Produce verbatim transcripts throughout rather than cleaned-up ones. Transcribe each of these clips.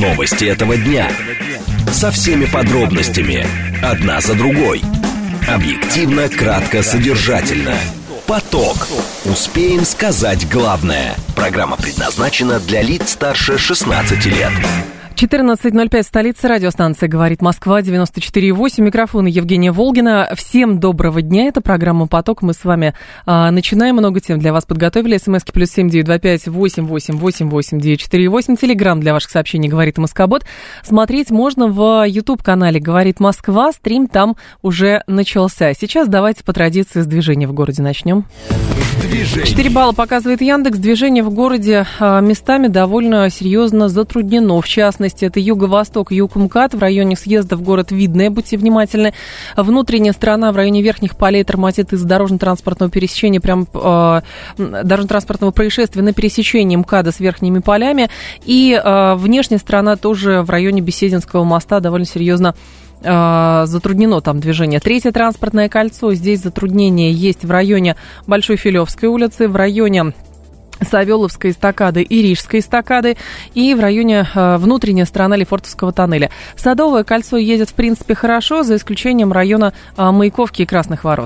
Новости этого дня. Со всеми подробностями. Одна за другой. Объективно, кратко, содержательно. Поток. Успеем сказать главное. Программа предназначена для лиц старше шестнадцати лет. четырнадцать ноль пять, столица, радиостанция «Говорит Москва», девяносто четыре и восемь, микрофон Евгения Волгина. Всем доброго дня, это программа «Поток», мы с вами а, начинаем, много тем для вас подготовили. СМСки плюс семь девять два пять восемь восемь восемь восемь девять четыре восемь, телеграмм для ваших сообщений «Говорит Москобот». Смотреть можно в YouTube-канале «Говорит Москва», стрим там уже начался. Сейчас давайте по традиции с движения в городе начнем. четыре балла показывает Яндекс. Движение в городе а, местами довольно серьезно затруднено. В частности, это юго-восток, юг-МКАД, в районе съезда в город Видное, будьте внимательны. Внутренняя сторона в районе Верхних Полей тормозит из-за дорожно-транспортного пересечения, прям э, дорожно-транспортного происшествия на пересечении МКАДа с Верхними Полями. И э, внешняя сторона тоже в районе Бесединского моста довольно серьезно э, затруднено там движение. Третье транспортное кольцо, здесь затруднение есть в районе Большой Филевской улицы, в районе Савеловской эстакады и Рижской эстакады и в районе э, внутренняя сторона Лефортовского тоннеля. Садовое кольцо едет, в принципе, хорошо, за исключением района э, Маяковки и Красных ворот.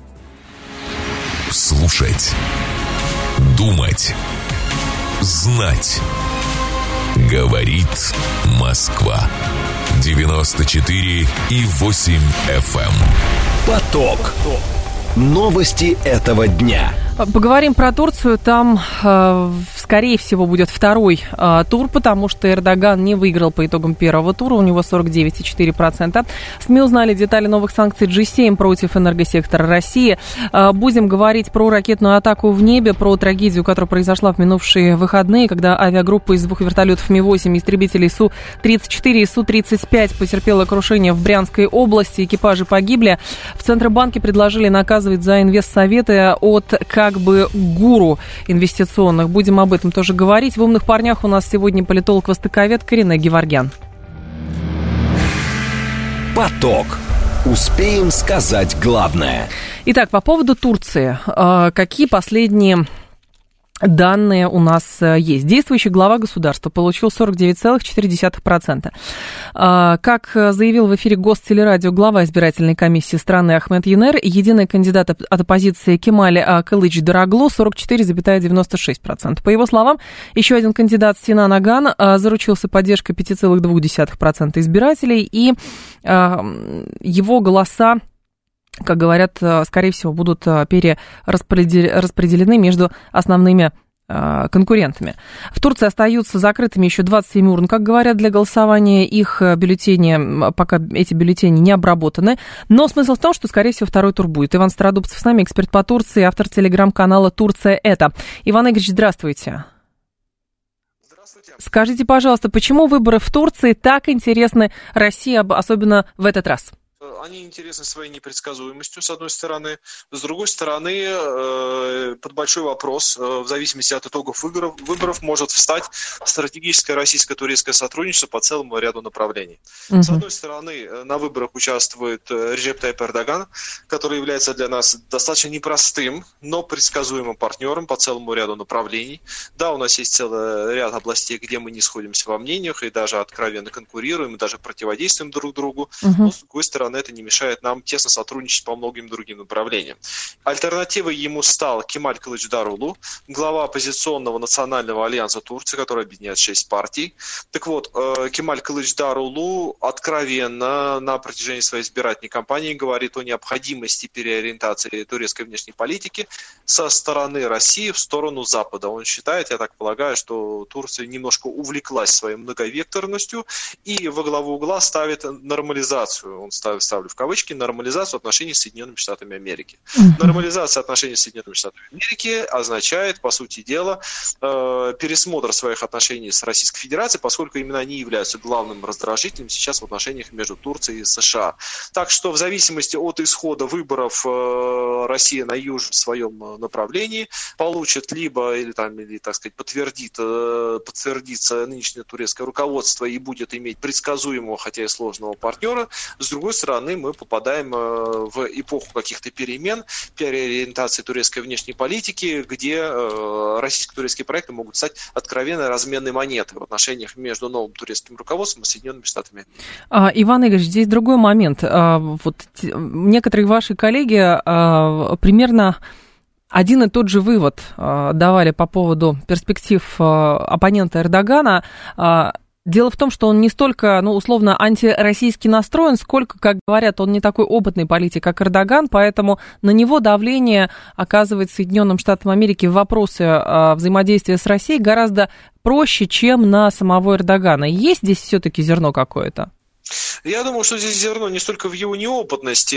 Слушать, думать, знать. Говорит Москва. девяносто четыре и восемь эф эм. Поток. Новости этого дня. Поговорим про Турцию. Там, э, скорее всего, будет второй э, тур, потому что Эрдоган не выиграл по итогам первого тура. У него сорок девять целых четыре десятых процента. СМИ узнали детали новых санкций джи семь против энергосектора России. Э, будем говорить про ракетную атаку в небе, про трагедию, которая произошла в минувшие выходные, когда авиагруппа из двух вертолетов Ми восемь и истребителей Су тридцать четыре и Су тридцать пять потерпела крушение в Брянской области. Экипажи погибли. В Центробанке предложили наказывать за инвестсоветы от как бы гуру инвестиционных. Будем об этом тоже говорить. В «Умных парнях» у нас сегодня политолог-востоковед Каринэ Геворгян. Поток. Успеем сказать главное. Итак, по поводу Турции. Какие последние данные у нас есть? Действующий глава государства получил сорок девять целых четыре десятых процента. Как заявил в эфире Гостелерадио глава избирательной комиссии страны Ахмед Янер, единый кандидат от оппозиции Кемаль Кылыч-Дароглу сорок четыре целых девяносто шесть сотых процента. По его словам, еще один кандидат Синан Аган заручился поддержкой пять целых две десятых процента избирателей, и его голоса, как говорят, скорее всего, будут перераспределены между основными конкурентами. В Турции остаются закрытыми еще двадцать семь урн, как говорят, для голосования. Их бюллетени, пока эти бюллетени не обработаны. Но смысл в том, что, скорее всего, второй тур будет. Иван Стародубцев с нами, эксперт по Турции, автор телеграм-канала «Турция это». Иван Игоревич, здравствуйте. Здравствуйте. Скажите, пожалуйста, почему выборы в Турции так интересны России, особенно в этот раз? Они интересны своей непредсказуемостью, с одной стороны. С другой стороны, под большой вопрос, в зависимости от итогов выборов, выборов может встать стратегическое российско-турецкое сотрудничество по целому ряду направлений. Угу. С одной стороны, на выборах участвует Реджеп Тайип Эрдоган, который является для нас достаточно непростым, но предсказуемым партнером по целому ряду направлений. Да, у нас есть целый ряд областей, где мы не сходимся во мнениях и даже откровенно конкурируем, и даже противодействуем друг другу. Угу. Но, с другой стороны, это не мешает нам тесно сотрудничать по многим другим направлениям. Альтернативой ему стал Кемаль Кылыч-Дароглу, глава оппозиционного национального альянса Турции, который объединяет шесть партий. Так вот, Кемаль Кылыч-Дароглу откровенно на протяжении своей избирательной кампании говорит о необходимости переориентации турецкой внешней политики со стороны России в сторону Запада. Он считает, я так полагаю, что Турция немножко увлеклась своей многовекторностью и во главу угла ставит нормализацию. Он ставит, ставлю в кавычки, нормализацию отношений с Соединенными Штатами Америки. Mm-hmm. Нормализация отношений с Соединенными Штатами Америки означает, по сути дела, э, пересмотр своих отношений с Российской Федерацией, поскольку именно они являются главным раздражителем сейчас в отношениях между Турцией и США. Так что в зависимости от исхода выборов э, Россия на южном своем направлении получит либо, или, там, или так сказать, подтвердит, э, подтвердится нынешнее турецкое руководство и будет иметь предсказуемого, хотя и сложного партнера. С другой стороны, стороны, мы попадаем в эпоху каких-то перемен, переориентации турецкой внешней политики, где российско-турецкие проекты могут стать откровенной разменной монетой в отношениях между новым турецким руководством и Соединенными Штатами. А, Иван Игоревич, здесь другой момент. А, вот некоторые ваши коллеги а, примерно один и тот же вывод а, давали по поводу перспектив а, оппонента Эрдогана. А, Дело в том, что он не столько, ну, условно, антироссийский настроен, сколько, как говорят, он не такой опытный политик, как Эрдоган, поэтому на него давление оказывает Соединенным Штатам Америки в вопросы а, взаимодействия с Россией гораздо проще, чем на самого Эрдогана. Есть здесь все-таки зерно какое-то? Я думаю, что здесь зерно не столько в его неопытности.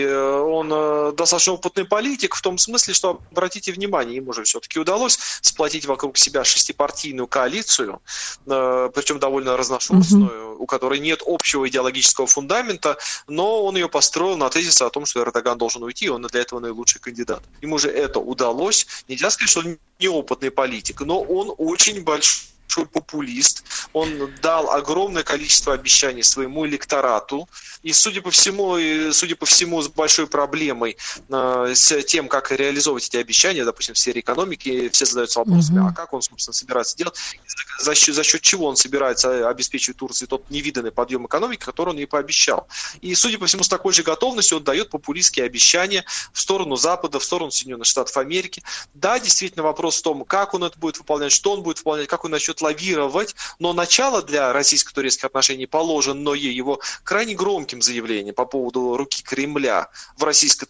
Он достаточно опытный политик в том смысле, что, обратите внимание, ему же все-таки удалось сплотить вокруг себя шестипартийную коалицию, причем довольно разношерстную, у которой нет общего идеологического фундамента, но он ее построил на тезисе о том, что Эрдоган должен уйти, и он для этого наилучший кандидат. Ему же это удалось. Нельзя сказать, что он неопытный политик, но он очень большой популист, он дал огромное количество обещаний своему электорату, и, судя по всему, и, судя по всему, с большой проблемой э, с тем, как реализовывать эти обещания, допустим, в сфере экономики, все задаются вопросами, mm-hmm. а как он, собственно, собирается делать, за счет, за счет чего он собирается обеспечивать Турции тот невиданный подъем экономики, который он ей пообещал. И, судя по всему, с такой же готовностью он дает популистские обещания в сторону Запада, в сторону Соединенных Штатов Америки. Да, действительно, вопрос в том, как он это будет выполнять, что он будет выполнять, как он начнет лавировать, но начало для российско-турецких отношений положенное его крайне громким заявлением по поводу руки Кремля в,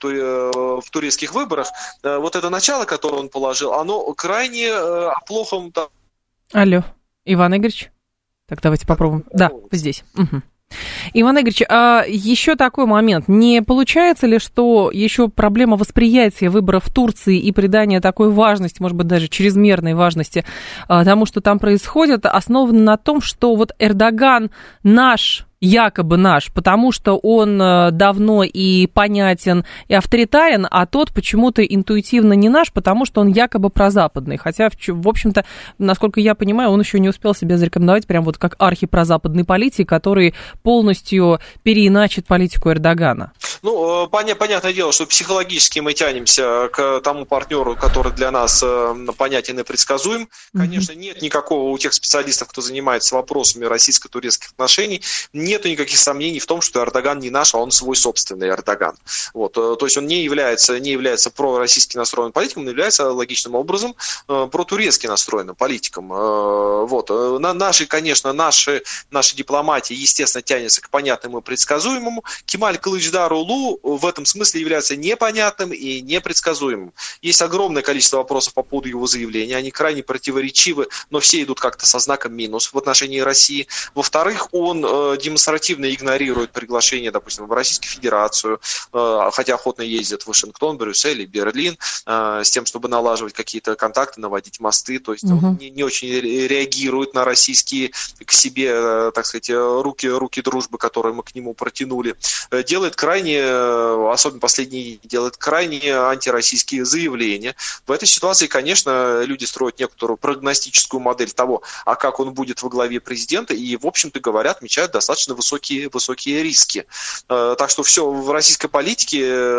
в турецких выборах, вот это начало, которое он положил, оно крайне о плохом... Алло, Иван Игоревич? Так, давайте попробуем. Да, вы здесь. Угу. Иван Игоревич, а еще такой момент. Не получается ли, что еще проблема восприятия выборов в Турции и придания такой важности, может быть, даже чрезмерной важности тому, что там происходит, основана на том, что вот Эрдоган наш, якобы наш, потому что он давно и понятен, и авторитарен, а тот почему-то интуитивно не наш, потому что он якобы прозападный. Хотя, в общем-то, насколько я понимаю, он еще не успел себя зарекомендовать прям вот как архипрозападный политик, который полностью переиначит политику Эрдогана. Ну, поня- понятное дело, что психологически мы тянемся к тому партнеру, который для нас понятен и предсказуем. Конечно, mm-hmm. нет никакого у тех специалистов, кто занимается вопросами российско-турецких отношений, нету никаких сомнений в том, что Эрдоган не наш, а он свой собственный Эрдоган. Вот. То есть он не является, не является пророссийски настроенным политиком, он является логичным образом протурецки настроенным политиком. Вот. На, наши, конечно, наши, наши дипломатии, естественно, тянется к понятному и предсказуемому. Кемаль Кылычдароглу в этом смысле является непонятным и непредсказуемым. Есть огромное количество вопросов по поводу его заявления, они крайне противоречивы, но все идут как-то со знаком минус в отношении России. Во-вторых, он демонстративно демонстративно игнорирует приглашение, допустим, в Российскую Федерацию, хотя охотно ездит в Вашингтон, Брюссель и Берлин с тем, чтобы налаживать какие-то контакты, наводить мосты. То есть угу. он не, не очень реагирует на российские к себе, так сказать, руки, руки дружбы, которые мы к нему протянули. Делает крайне, особенно последний, делает крайне антироссийские заявления. В этой ситуации, конечно, люди строят некоторую прогностическую модель того, а как он будет во главе президента, и, в общем-то говоря, отмечают достаточно высокие, высокие риски. Так что все в российской политике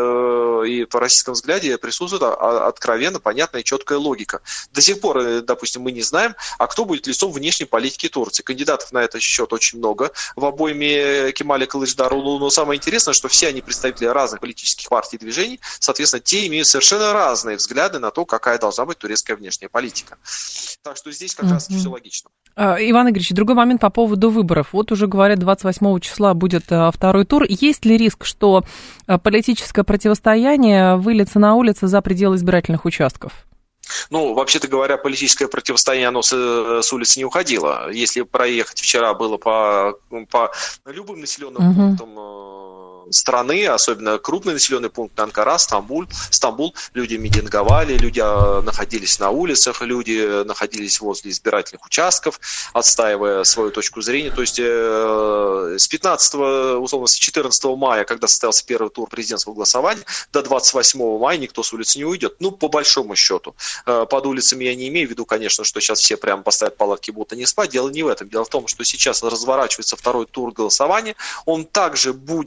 и по российском взгляде присутствует откровенно понятная и четкая логика. До сих пор, допустим, мы не знаем, а кто будет лицом внешней политики Турции. Кандидатов на этот счет очень много в обойме Кемаля Кылычдароглу, но самое интересное, что все они представители разных политических партий и движений, соответственно, те имеют совершенно разные взгляды на то, какая должна быть турецкая внешняя политика. Так что здесь как раз все логично. Иван Игоревич, другой момент по поводу выборов. Вот уже говорят, двадцать восьмого числа будет второй тур. Есть ли риск, что политическое противостояние выльется на улицы за пределы избирательных участков? Ну, вообще-то говоря, политическое противостояние, оно с, с улицы не уходило. Если проехать вчера было по, по любым населенным uh-huh. пунктам страны, особенно крупный населенный пункт Анкара, Стамбул, Стамбул, люди митинговали, люди находились на улицах, люди находились возле избирательных участков, отстаивая свою точку зрения. То есть э, с пятнадцатого, условно, с четырнадцатого мая, когда состоялся первый тур президентского голосования, до двадцать восьмого мая никто с улицы не уйдет. Ну, по большому счету. Э, под улицами я не имею в виду, конечно, что сейчас все прямо поставят палатки, будто не спать. Дело не в этом. Дело в том, что сейчас разворачивается второй тур голосования. Он также будет сопряжен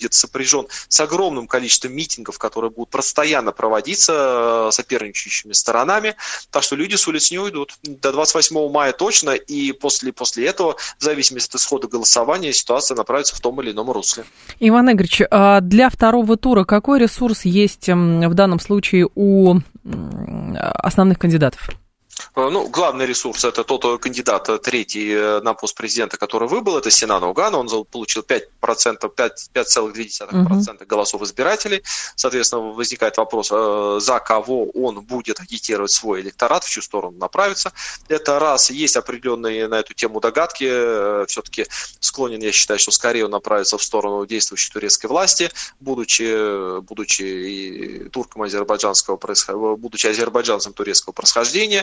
сопряжен с огромным количеством митингов, которые будут постоянно проводиться соперничающими сторонами. Так что люди с улиц не уйдут. До двадцать восьмого мая точно, и после, после этого, в зависимости от исхода голосования, ситуация направится в том или ином русле. Иван Игоревич, для второго тура какой ресурс есть в данном случае у основных кандидатов? Ну, главный ресурс – это тот кандидат третий на пост президента, который выбыл, это Синан Оган, он получил пять процентов, пять целых две десятых процента uh-huh. голосов избирателей. Соответственно, возникает вопрос, за кого он будет агитировать свой электорат, в чью сторону направиться. Это раз, есть определенные на эту тему догадки, все-таки склонен я считать, что скорее он направится в сторону действующей турецкой власти, будучи, будучи и турком азербайджанского происхождения, будучи азербайджанцем турецкого происхождения.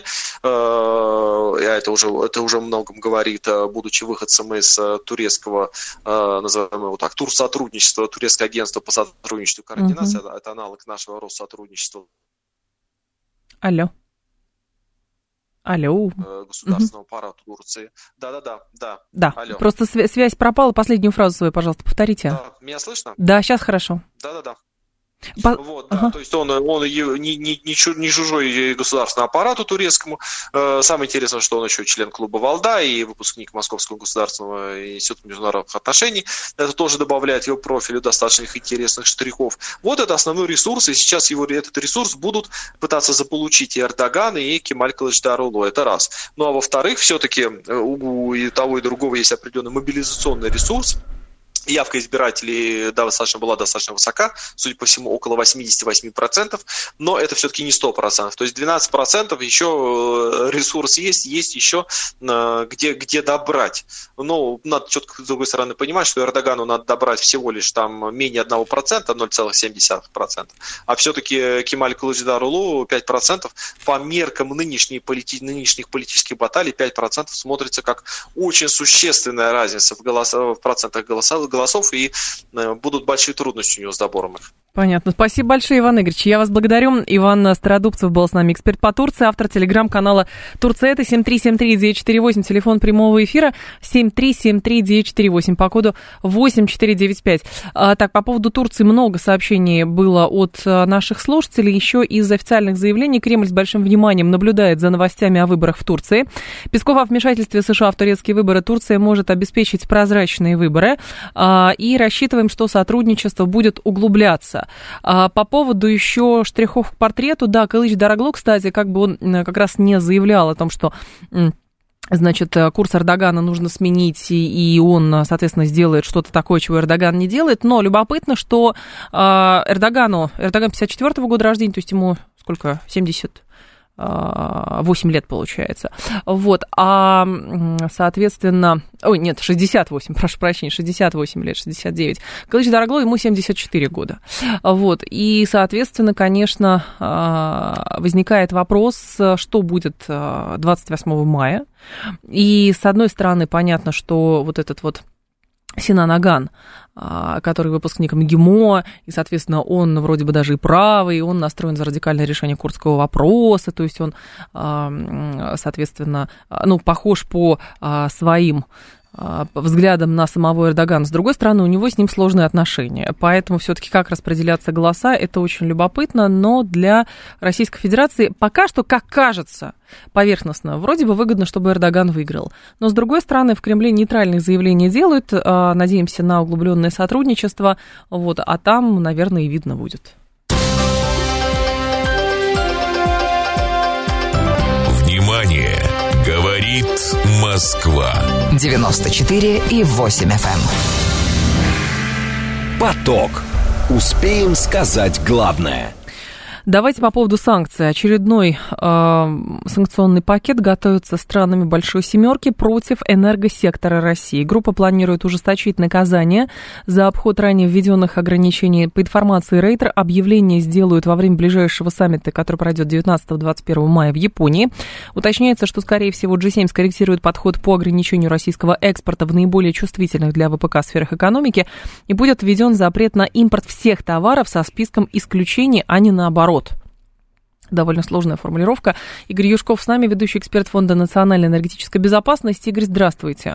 Это уже, это уже о многом говорит, будучи выходцем из турецкого, назовем его так, турсотрудничества, турецкое агентство по сотрудничеству и координации, uh-huh. это аналог нашего Россотрудничества. Алло. Алло. Государственного uh-huh. аппарата Турции. Да-да-да, да. Да, Алло. Просто свя- связь пропала. Последнюю фразу свою, пожалуйста, повторите. Да, меня слышно? Да, сейчас хорошо. Да-да-да. По... Вот, да, ага. то есть он, он не, не, не чужой государственному аппарату турецкому. Самое интересное, что он еще член клуба «Валда» и выпускник Московского государственного института международных отношений. Это тоже добавляет его профилю достаточно интересных штрихов. Вот это основной ресурс, и сейчас его, этот ресурс будут пытаться заполучить и Эрдоган, и Кемаль Кылычдароглу. Это раз. Ну а во-вторых, все-таки у и того, и другого есть определенный мобилизационный ресурс. Явка избирателей достаточно, была достаточно высока, судя по всему, около восемьдесят восемь процентов, но это все-таки не сто процентов. То есть двенадцать процентов еще ресурс есть, есть еще где, где добрать. Но надо четко, с другой стороны, понимать, что Эрдогану надо добрать всего лишь там менее одного процента, ноль целых семь десятых процента, а все-таки Кемаль Кылычдароглу пять процентов. По меркам нынешней полити... нынешних политических баталий пять процентов смотрится как очень существенная разница в, голос... в процентах голосов. голосов, и э, будут большие трудности у него с добором их. Понятно. Спасибо большое, Иван Игоревич. Я вас благодарю. Иван Стародубцев был с нами, эксперт по Турции, автор телеграм-канала Турция. Это семь три семь три девять четыре восемь, телефон прямого эфира семь три семь три девять четыре восемь, по коду восемь четыре девять пять. А, так, по поводу Турции много сообщений было от а, наших слушателей. Еще из официальных заявлений Кремль с большим вниманием наблюдает за новостями о выборах в Турции. Песков о вмешательстве США в турецкие выборы. Турция может обеспечить прозрачные выборы. А, и рассчитываем, что сотрудничество будет углубляться. По поводу еще штрихов к портрету, да, Кылычдароглу, кстати, как бы он как раз не заявлял о том, что, значит, курс Эрдогана нужно сменить, и он, соответственно, сделает что-то такое, чего Эрдоган не делает, но любопытно, что Эрдогану, Эрдоган пятьдесят четвёртого года рождения, то есть ему сколько, семьдесят восемь лет получается, вот, а, соответственно, ой, нет, шестьдесят восемь, прошу прощения, шестьдесят восемь лет, шестьдесят девять, Кылычдароглу ему семьдесят четыре года, вот, и, соответственно, конечно, возникает вопрос, что будет двадцать восьмого мая, и, с одной стороны, понятно, что вот этот вот Синан Оган, который выпускник МГИМО, и, соответственно, он вроде бы даже и правый, он настроен за радикальное решение курдского вопроса, то есть он, соответственно, ну, похож по своим взглядом на самого Эрдогана. С другой стороны, у него с ним сложные отношения. Поэтому все-таки как распределяться голоса, это очень любопытно, но для Российской Федерации пока что, как кажется, поверхностно, вроде бы выгодно, чтобы Эрдоган выиграл. Но, с другой стороны, в Кремле нейтральные заявления делают, надеемся на углубленное сотрудничество, вот, а там, наверное, и видно будет. Внимание! Говорит Москва. девяносто четыре и восемь эф эм. Поток. Успеем сказать главное. Давайте по поводу санкций. Очередной э, санкционный пакет готовится странами Большой Семерки против энергосектора России. Группа планирует ужесточить наказание за обход ранее введенных ограничений. По информации Рейтер, объявление сделают во время ближайшего саммита, который пройдет девятнадцатого-двадцать первого мая в Японии. Уточняется, что, скорее всего, джи семь скорректирует подход по ограничению российского экспорта в наиболее чувствительных для ВПК сферах экономики, и будет введен запрет на импорт всех товаров со списком исключений, а не наоборот. Довольно сложная формулировка. Игорь Юшков с нами, ведущий эксперт Фонда национальной энергетической безопасности. Игорь, здравствуйте.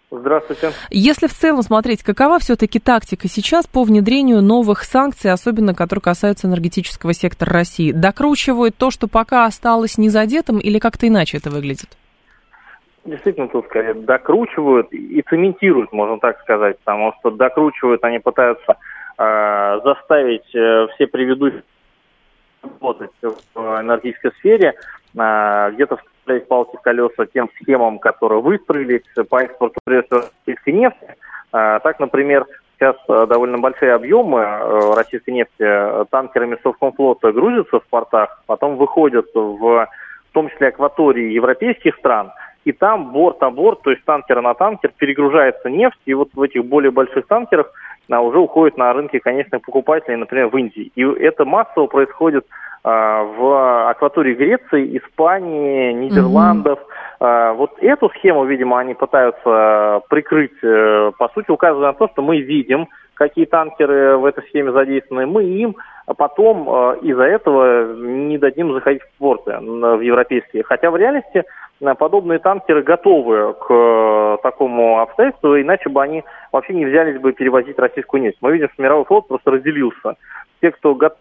Здравствуйте. Если в целом смотреть, какова все-таки тактика сейчас по внедрению новых санкций, особенно которые касаются энергетического сектора России? Докручивают то, что пока осталось незадетым, или как-то иначе это выглядит? Действительно, тут скорее докручивают и цементируют, можно так сказать, потому что докручивают, они пытаются э, заставить э, все предыдущие работать в энергетической сфере, э, где-то вставлять палки в колеса тем схемам, которые выстроились по экспорту прежде всего российской нефти. Э, так, например, сейчас довольно большие объемы э, российской нефти танкерами Совкомфлота грузятся в портах, потом выходят в, в том числе акватории европейских стран, и там борт о борт, то есть танкер на танкер, перегружается нефть, и вот в этих более больших танкерах а, уже уходит на рынки конечных покупателей, например, в Индии. И это массово происходит а, в акватории Греции, Испании, Нидерландов. Mm-hmm. А, вот эту схему, видимо, они пытаются прикрыть, а, по сути, указывая на то, что мы видим, какие танкеры в этой схеме задействованы, мы им а потом а, из-за этого не дадим заходить в порты, в европейские. Хотя в реальности подобные танкеры готовы к э, такому обстоятельству, иначе бы они вообще не взялись бы перевозить российскую нефть. Мы видим, что мировой флот просто разделился. Те, кто готов,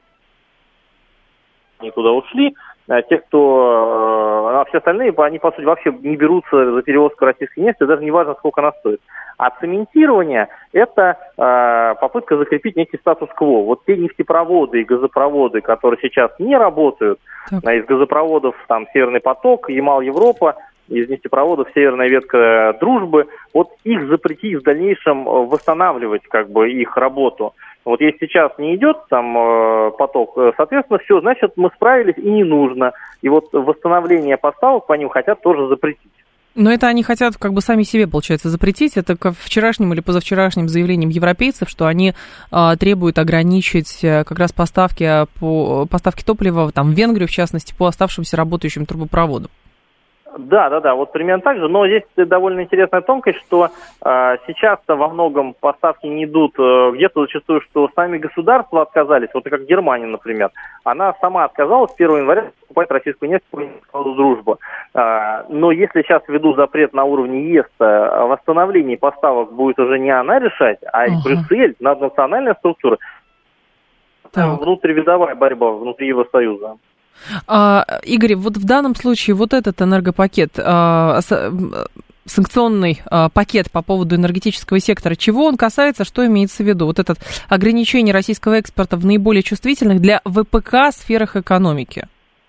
они туда ушли, а те, кто... Э, а все остальные, они, по сути, вообще не берутся за перевозку российской нефти, даже не важно, сколько она стоит. А цементирование – это э, попытка закрепить некий статус-кво. Вот те нефтепроводы и газопроводы, которые сейчас не работают, а из газопроводов там Северный поток, Ямал-Европа, из нефтепроводов Северная ветка Дружбы, вот их запретить в дальнейшем восстанавливать как бы их работу. Вот если сейчас не идет там э, поток, соответственно, все, значит, мы справились и не нужно. И вот восстановление поставок по ним хотят тоже запретить. Но это они хотят как бы сами себе, получается, запретить. Это как вчерашним или позавчерашним заявлением европейцев, что они а, требуют ограничить как раз поставки, по, поставки топлива там, в Венгрию, в частности, по оставшимся работающим трубопроводам. Да, да, да, вот примерно так же, но здесь довольно интересная тонкость, что э, сейчас-то во многом поставки не идут, э, где-то зачастую, что сами государства отказались, вот как Германия, например, она сама отказалась с первого января покупать российскую нефть по нефтепроводу «Дружба». Э, но если сейчас введут запрет на уровне ЕС, э, восстановление поставок будет уже не она решать, а uh-huh. Брюссель, наднациональная структура, так. Внутривидовая борьба внутри Евросоюза. А, Игорь, вот в данном случае вот этот энергопакет, а, с, санкционный а, пакет по поводу энергетического сектора, чего он касается, что имеется в виду? Вот это ограничение российского экспорта в наиболее чувствительных для ВПК сферах экономики.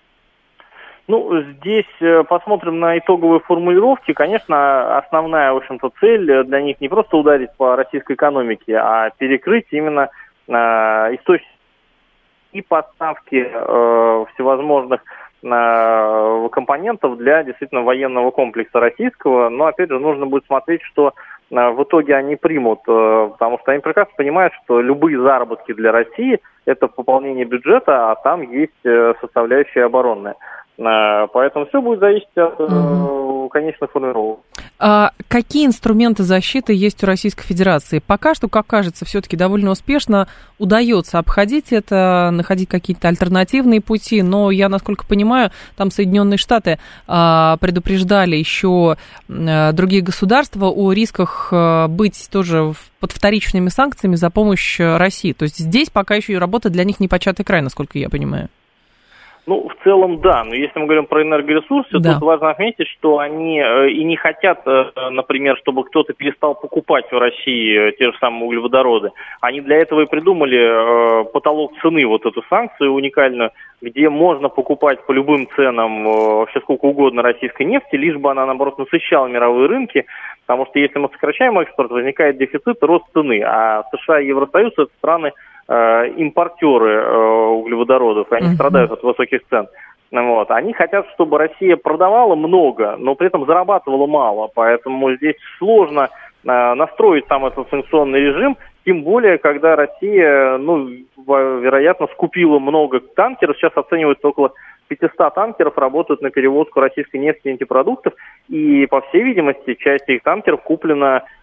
Ну, здесь посмотрим на итоговые формулировки. Конечно, основная, в общем-то, цель для них не просто ударить по российской экономике, а перекрыть именно э, источники и поставки э, всевозможных э, компонентов для действительно военного комплекса российского. Но, опять же, нужно будет смотреть, что э, в итоге они примут, э, потому что они прекрасно понимают, что любые заработки для России – это пополнение бюджета, а там есть э, составляющая оборонная. Э, поэтому все будет зависеть от э, конечных формировок. А какие инструменты защиты есть у Российской Федерации? Пока что, как кажется, все-таки довольно успешно удается обходить это, находить какие-то альтернативные пути, но я, насколько понимаю, там Соединенные Штаты а, предупреждали еще а, другие государства о рисках а, быть тоже под вторичными санкциями за помощь России. То есть здесь пока еще и работа для них непочатый край, насколько я понимаю. Ну, в целом, да. Но если мы говорим про энергоресурсы, да. Тут важно отметить, что они э, и не хотят, э, например, чтобы кто-то перестал покупать в России те же самые углеводороды. Они для этого и придумали э, потолок цены, вот эту санкцию уникальную, где можно покупать по любым ценам э, вообще сколько угодно российской нефти, лишь бы она, наоборот, насыщала мировые рынки. Потому что если мы сокращаем экспорт, возникает дефицит и рост цены. А США и Евросоюз – это страны, импортеры углеводородов, и они uh-huh. страдают от высоких цен. Вот. Они хотят, чтобы Россия продавала много, но при этом зарабатывала мало. Поэтому здесь сложно настроить сам этот санкционный режим, тем более, когда Россия, ну, вероятно, скупила много танкеров, сейчас оценивается около пятьсот танкеров работают на перевозку российской нефти и нефтепродуктов, и, по всей видимости, часть этих танкеров куплена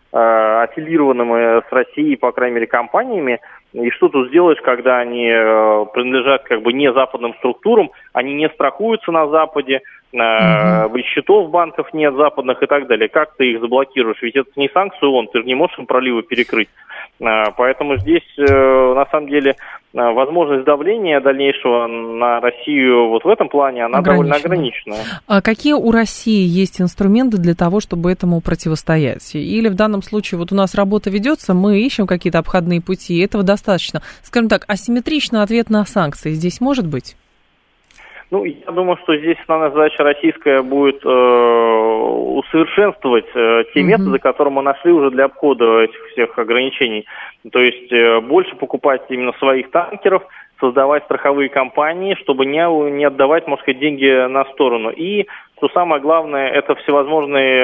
аффилированными с Россией, по крайней мере, компаниями. И что тут сделаешь, когда они принадлежат как бы не западным структурам, они не страхуются на Западе, uh-huh. счетов банков нет западных и так далее. Как ты их заблокируешь? Ведь это не санкции ООН, ты же не можешь им проливы перекрыть. Поэтому здесь, на самом деле, возможность давления дальнейшего на Россию вот в этом плане, она довольно ограниченная. А какие у России есть инструменты для того, чтобы этому противостоять? Или в данном случае вот у нас работа ведется, мы ищем какие-то обходные пути, и этого достаточно? Скажем так, асимметричный ответ на санкции здесь может быть? Ну, я думаю, что здесь основная задача российская будет э, усовершенствовать э, те mm-hmm. методы, которые мы нашли уже для обхода этих всех ограничений. То есть э, больше покупать именно своих танкеров, создавать страховые компании, чтобы не, не отдавать, можно сказать, деньги на сторону. И, что самое главное, это всевозможные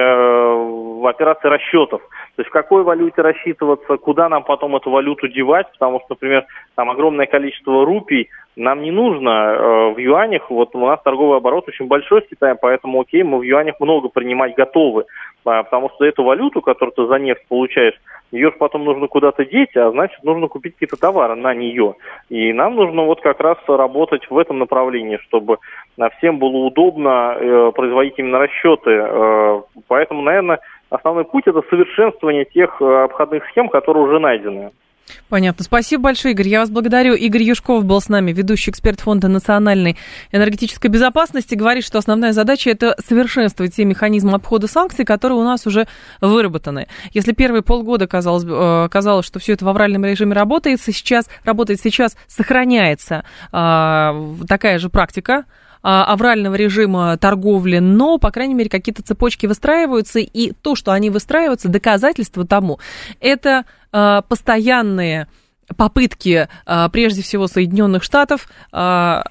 э, операции расчетов. То есть в какой валюте рассчитываться, куда нам потом эту валюту девать, потому что, например, там огромное количество рупий нам не нужно э, в юанях. Вот у нас торговый оборот очень большой с Китаем, поэтому окей, мы в юанях много принимать готовы, э, потому что эту валюту, которую ты за нефть получаешь, ее же потом нужно куда-то деть, а значит нужно купить какие-то товары на нее. И нам нужно вот как раз работать в этом направлении, чтобы всем было удобно э, производить именно расчеты. Э, поэтому, наверное, основной путь – это совершенствование тех обходных схем, которые уже найдены. Понятно. Спасибо большое, Игорь. Я вас благодарю. Игорь Юшков был с нами, ведущий эксперт Фонда национальной энергетической безопасности. Говорит, что основная задача – это совершенствовать те механизмы обхода санкций, которые у нас уже выработаны. Если первые полгода казалось, казалось, что все это в авральном режиме работает, сейчас, работает, сейчас сохраняется а, такая же практика аврального режима торговли, но, по крайней мере, какие-то цепочки выстраиваются, и то, что они выстраиваются, доказательство тому, это э, постоянные попытки, э, прежде всего, Соединенных Штатов э,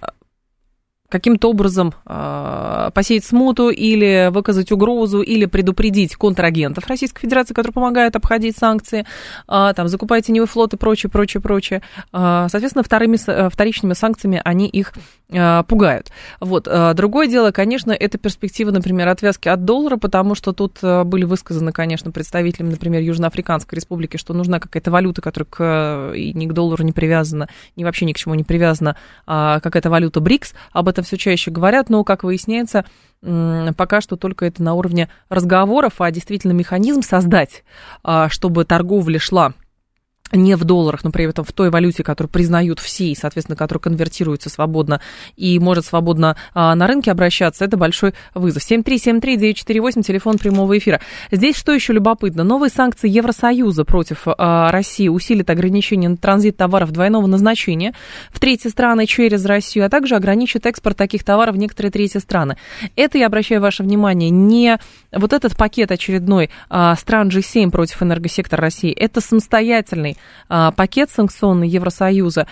каким-то образом э, посеять смуту или выказать угрозу, или предупредить контрагентов Российской Федерации, которые помогают обходить санкции, э, там, закупая теневой флот и прочее, прочее, прочее. Э, соответственно, вторыми, вторичными санкциями они их э, пугают. Вот. Э, другое дело, конечно, это перспектива, например, отвязки от доллара, потому что тут э, были высказаны, конечно, представителям, например, Южноафриканской Республики, что нужна какая-то валюта, которая к, и ни к доллару не привязана, ни вообще ни к чему не привязана, э, какая-то валюта БРИКС. Об этом все чаще говорят, но, как выясняется, пока что только это на уровне разговоров, а действительно механизм создать, чтобы торговля шла не в долларах, но при этом в той валюте, которую признают все, и, соответственно, которая конвертируется свободно и может свободно а, на рынке обращаться, это большой вызов. семь три семь три девять четыре восемь, телефон прямого эфира. Здесь что еще любопытно? Новые санкции Евросоюза против а, России усилят ограничения на транзит товаров двойного назначения в третьи страны через Россию, а также ограничат экспорт таких товаров в некоторые третьи страны. Это, я обращаю ваше внимание, не вот этот пакет очередной а, стран джи семь против энергосектора России, это самостоятельный пакет санкционный Евросоюза.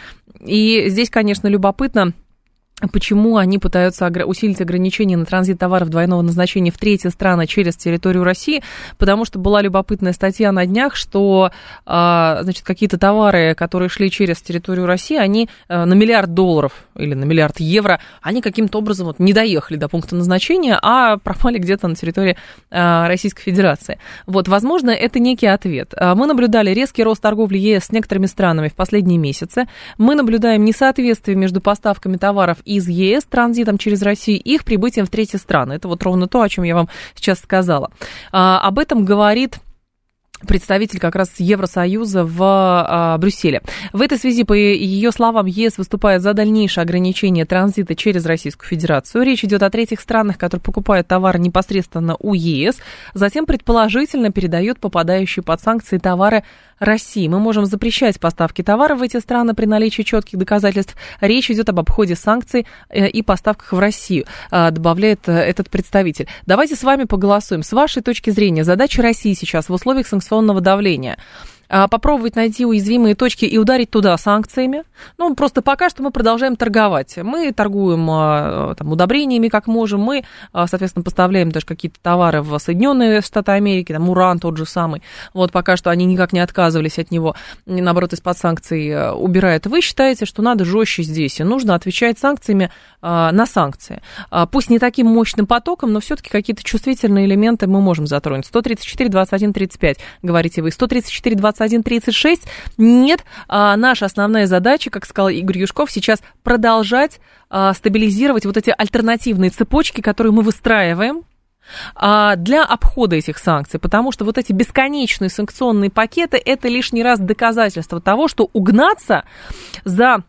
И здесь, конечно, любопытно, почему они пытаются усилить ограничения на транзит товаров двойного назначения в третьи страны через территорию России, потому что была любопытная статья на днях, что, значит, какие-то товары, которые шли через территорию России, они на миллиард долларов или на миллиард евро, они каким-то образом вот не доехали до пункта назначения, а пропали где-то на территории Российской Федерации. Вот, возможно, это некий ответ. Мы наблюдали резкий рост торговли ЕС с некоторыми странами в последние месяцы. Мы наблюдаем несоответствие между поставками товаров из ЕС транзитом через Россию и их прибытием в третьи страны. Это вот ровно то, о чем я вам сейчас сказала. А, об этом говорит представитель как раз Евросоюза в а, Брюсселе. В этой связи, по ее словам, ЕС выступает за дальнейшее ограничение транзита через Российскую Федерацию. Речь идет о третьих странах, которые покупают товары непосредственно у ЕС, затем предположительно передают попадающие под санкции товары России. Мы можем запрещать поставки товаров в эти страны при наличии четких доказательств. Речь идет об обходе санкций и поставках в Россию, добавляет этот представитель. Давайте с вами поголосуем. С вашей точки зрения, задача России сейчас в условиях санкционного давления попробовать найти уязвимые точки и ударить туда санкциями. Ну, просто пока что мы продолжаем торговать. Мы торгуем там, удобрениями, как можем. Мы, соответственно, поставляем даже какие-то товары в Соединенные Штаты Америки, там уран тот же самый. Вот пока что они никак не отказывались от него. Наоборот, из-под санкций убирают. Вы считаете, что надо жестче здесь, и нужно отвечать санкциями на санкции. Пусть не таким мощным потоком, но все-таки какие-то чувствительные элементы мы можем затронуть. сто тридцать четыре двадцать один тридцать пять, говорите вы. сто тридцать четыре двадцать один тридцать шесть. Нет, а, наша основная задача, как сказал Игорь Юшков, сейчас продолжать а, стабилизировать вот эти альтернативные цепочки, которые мы выстраиваем а, для обхода этих санкций, потому что вот эти бесконечные санкционные пакеты – это лишний раз доказательство того, что угнаться за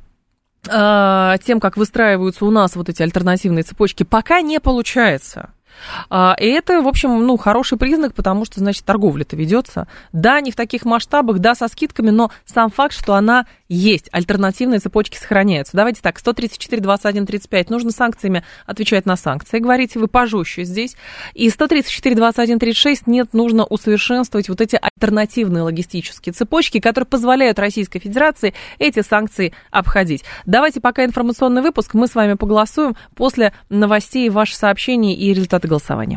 тем, как выстраиваются у нас вот эти альтернативные цепочки, пока не получается. И это, в общем, ну, хороший признак, потому что, значит, торговля-то ведется. Да, не в таких масштабах, да, со скидками, но сам факт, что она есть, альтернативные цепочки сохраняются. Давайте так, сто тридцать четыре двадцать один тридцать пять, нужно санкциями отвечать на санкции, говорите вы, пожестче здесь. И сто тридцать четыре двадцать один тридцать шесть, нет, нужно усовершенствовать вот эти альтернативные логистические цепочки, которые позволяют Российской Федерации эти санкции обходить. Давайте пока информационный выпуск, мы с вами поголосуем после новостей, ваши сообщения и результаты голосования.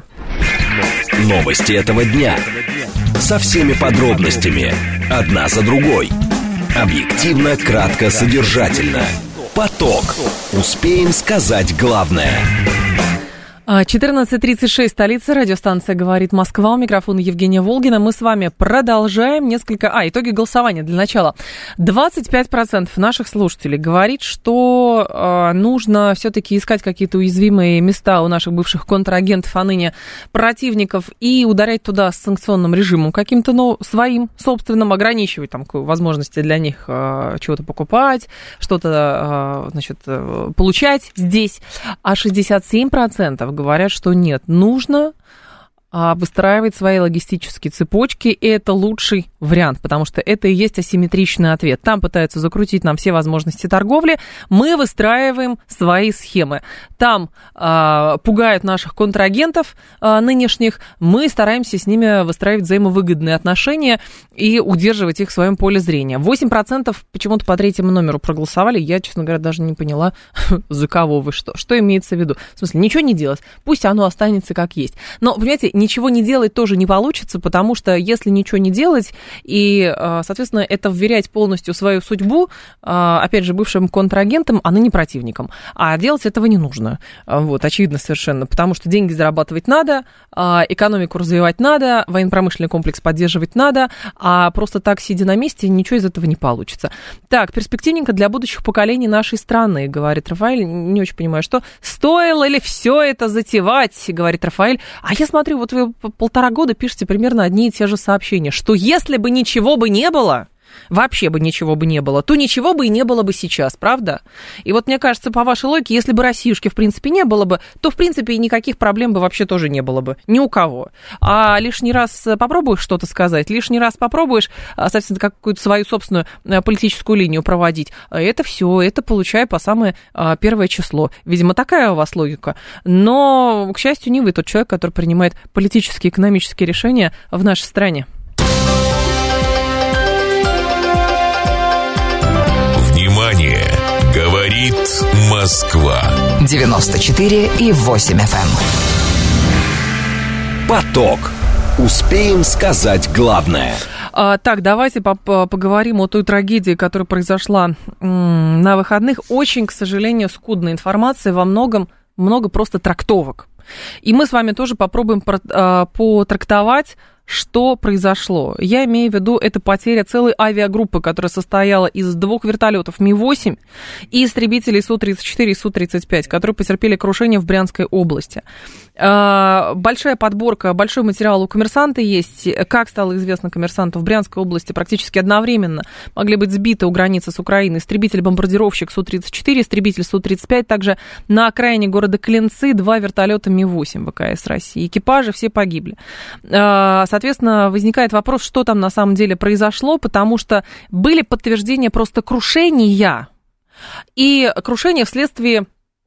Новости этого дня. Со всеми подробностями. Одна за другой. Объективно, кратко, содержательно. Поток. Успеем сказать главное. четырнадцать тридцать шесть, столица, радиостанция «Говорит Москва», у микрофона Евгения Волгина. Мы с вами продолжаем несколько... А, итоги голосования для начала. двадцать пять процентов наших слушателей говорит, что э, нужно все-таки искать какие-то уязвимые места у наших бывших контрагентов, а ныне противников, и ударять туда с санкционным режимом каким-то, ну, своим, собственным, ограничивать там возможности для них э, чего-то покупать, что-то, э, значит, э, получать здесь. А шестьдесят семь процентов говорят, что нет, нужно а, выстраивать свои логистические цепочки, и это лучший вариант, потому что это и есть асимметричный ответ. Там пытаются закрутить нам все возможности торговли, мы выстраиваем свои схемы. Там а, пугают наших контрагентов а, нынешних, мы стараемся с ними выстраивать взаимовыгодные отношения и удерживать их в своем поле зрения. восемь процентов почему-то по третьему номеру проголосовали, я, честно говоря, даже не поняла, за кого вы, что, что имеется в виду. В смысле, ничего не делать, пусть оно останется как есть. Но, понимаете, ничего не делать тоже не получится, потому что если ничего не делать и, соответственно, это вверять полностью свою судьбу, опять же, бывшим контрагентам, а ныне противникам. А делать этого не нужно. Вот, очевидно совершенно, потому что деньги зарабатывать надо, экономику развивать надо, военно-промышленный комплекс поддерживать надо, а просто так, сидя на месте, ничего из этого не получится. Так, перспективненько для будущих поколений нашей страны, говорит Рафаэль. Не очень понимаю, что. Стоило ли все это затевать, говорит Рафаэль. А я смотрю, вот вы полтора года пишете примерно одни и те же сообщения, что если бы ничего бы не было, вообще бы ничего бы не было, то ничего бы и не было бы сейчас, правда? И вот мне кажется, по вашей логике, если бы Россиюшки в принципе не было бы, то в принципе и никаких проблем бы вообще тоже не было бы, ни у кого. А лишний раз попробуешь что-то сказать, лишний раз попробуешь, соответственно, какую-то свою собственную политическую линию проводить, это все, это получай по самое первое число. Видимо, такая у вас логика. Но, к счастью, не вы тот человек, который принимает политические и экономические решения в нашей стране. Внимание! Говорит Москва. девяносто четыре и восемь эф эм. Поток. Успеем сказать главное. А, так, давайте поговорим о той трагедии, которая произошла м- на выходных. Очень, к сожалению, скудная информация, во многом много просто трактовок. И мы с вами тоже попробуем про- а, потрактовать, что произошло. Я имею в виду, это потеря целой авиагруппы, которая состояла из двух вертолетов Ми восемь и истребителей Су тридцать четыре и Су тридцать пять, которые потерпели крушение в Брянской области. Большая подборка, большой материал у «Коммерсанта» есть. Как стало известно «Коммерсанту», в Брянской области практически одновременно могли быть сбиты у границы с Украиной истребитель-бомбардировщик Су тридцать четыре, истребитель Су тридцать пять, также на окраине города Клинцы два вертолета Ми восемь ВКС России. Экипажи все погибли. Соответственно, возникает вопрос, что там на самом деле произошло, потому что были подтверждения просто крушения, и крушения вследствие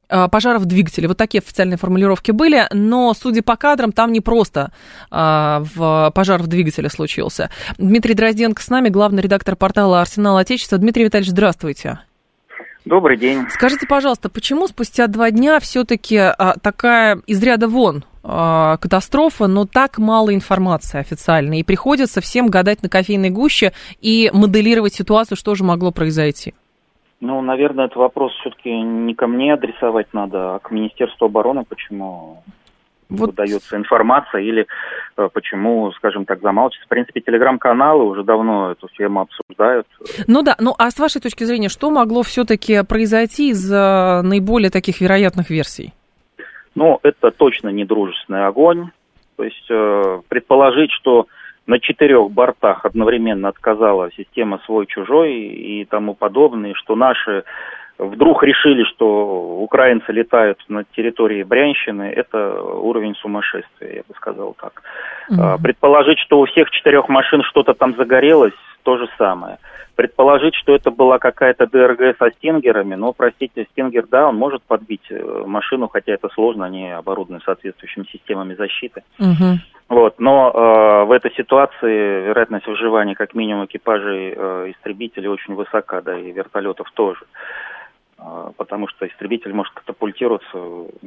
пожаров двигателя. Вот такие официальные формулировки были, но, судя по кадрам, там не просто а, в пожар в двигателе случился. Дмитрий Дрозденко с нами, главный редактор портала «Арсенал Отечества». Дмитрий Витальевич, здравствуйте. Добрый день. Скажите, пожалуйста, почему спустя два дня все-таки а, такая из ряда вон а, катастрофа, но так мало информации официальной, и приходится всем гадать на кофейной гуще и моделировать ситуацию, что же могло произойти? Ну, наверное, этот вопрос все-таки не ко мне адресовать надо, а к Министерству обороны, почему вот выдается информация или э, почему, скажем так, замалчивается. В принципе, телеграм-каналы уже давно эту тему обсуждают. Ну да, ну а с вашей точки зрения, что могло все-таки произойти из э, наиболее таких вероятных версий? Ну, это точно не дружественный огонь. То есть э, предположить, что на четырех бортах одновременно отказала система свой-чужой и тому подобное, что наши вдруг решили, что украинцы летают на территории Брянщины, это уровень сумасшествия, я бы сказал так. Mm-hmm. Предположить, что у всех четырех машин что-то там загорелось, то же самое. Предположить, что это была какая-то ДРГ со стингерами, но, простите, стингер, да, он может подбить машину, хотя это сложно, они оборудованы соответствующими системами защиты. Mm-hmm. Вот, но э, в этой ситуации вероятность выживания как минимум экипажей э, истребителей очень высока, да, и вертолетов тоже. Э, потому что истребитель может катапультироваться.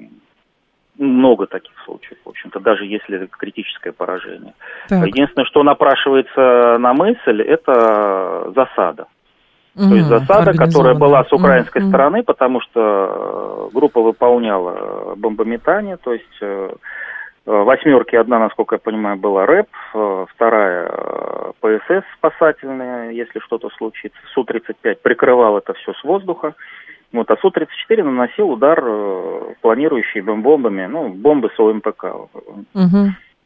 Много таких случаев, в общем-то, даже если критическое поражение. Так. Единственное, что напрашивается на мысль, это засада. Mm-hmm. То есть засада, которая была с украинской mm-hmm. стороны, потому что группа выполняла бомбометание, то есть восьмерки, одна, насколько я понимаю, была РЭП, вторая ПСС спасательная, если что-то случится. Су тридцать пять прикрывал это все с воздуха. Вот, а Су тридцать четыре наносил удар планирующий бомбами, ну, бомбы с ОМПК. Угу.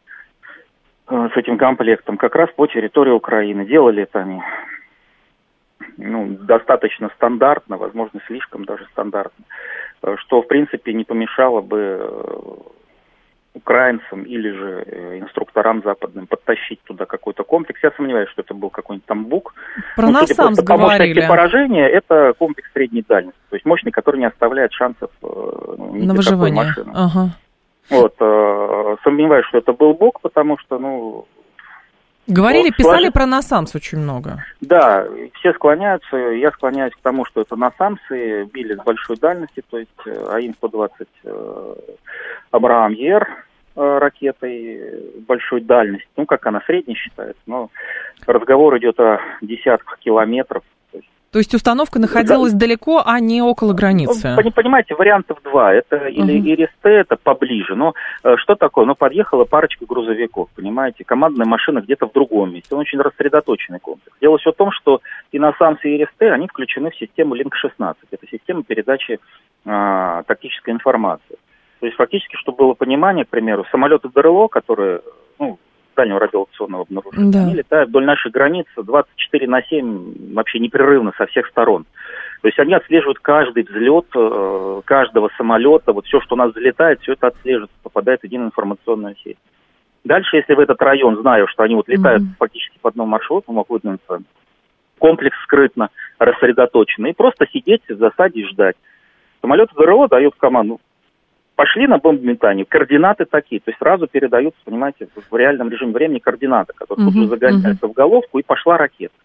С этим комплектом, как раз по территории Украины. Делали это они ну, достаточно стандартно, возможно, слишком даже стандартно, что, в принципе, не помешало бы украинцам или же инструкторам западным подтащить туда какой-то комплекс. Я сомневаюсь, что это был какой-нибудь там БУК. Про НАСАМС говорили. По мощности поражения это комплекс средней дальности, то есть мощный, который не оставляет шансов ну, ни на выживание. Машины. Ага. Вот, э, сомневаюсь, что это был БУК, потому что, ну... Говорили, вот, писали сложи... про НАСАМС очень много. Да, все склоняются, я склоняюсь к тому, что это НАСАМСы били с большой дальности, то есть АИМ сто двадцать э, Абрахам-Ер э, ракетой большой дальности, ну, как она средней считается, но разговор идет о десятках километров. То есть, то есть установка находилась да. далеко, а не около границы? Понимаете, вариантов два. Это uh-huh. или Иристе, это поближе. Но э, что такое? Ну, подъехала парочка грузовиков, понимаете? Командная машина где-то в другом месте. Он очень рассредоточенный комплекс. Дело все в том, что и НАСАМС, и Иристе, они включены в систему Линк шестнадцать. Это система передачи э, тактической информации. То есть фактически, чтобы было понимание, к примеру, самолеты ДРЛО, которые... ну, дальнего радиолокационного обнаружения. Да. Они летают вдоль нашей границы двадцать четыре на семь вообще непрерывно со всех сторон. То есть они отслеживают каждый взлет э, каждого самолета, вот все, что у нас взлетает, все это отслеживается, попадает в единую информационную сеть. Дальше, если в этот район, знаю, что они вот летают mm-hmm. фактически по одному маршруту, могут выдвинуться, комплекс скрытно рассредоточен, и просто сидеть в засаде и ждать. Самолет ДРО дает команду: пошли на бомбометание, координаты такие, то есть сразу передаются, понимаете, в реальном режиме времени координаты, которые uh-huh, тут же загоняются uh-huh. в головку, и пошла ракета.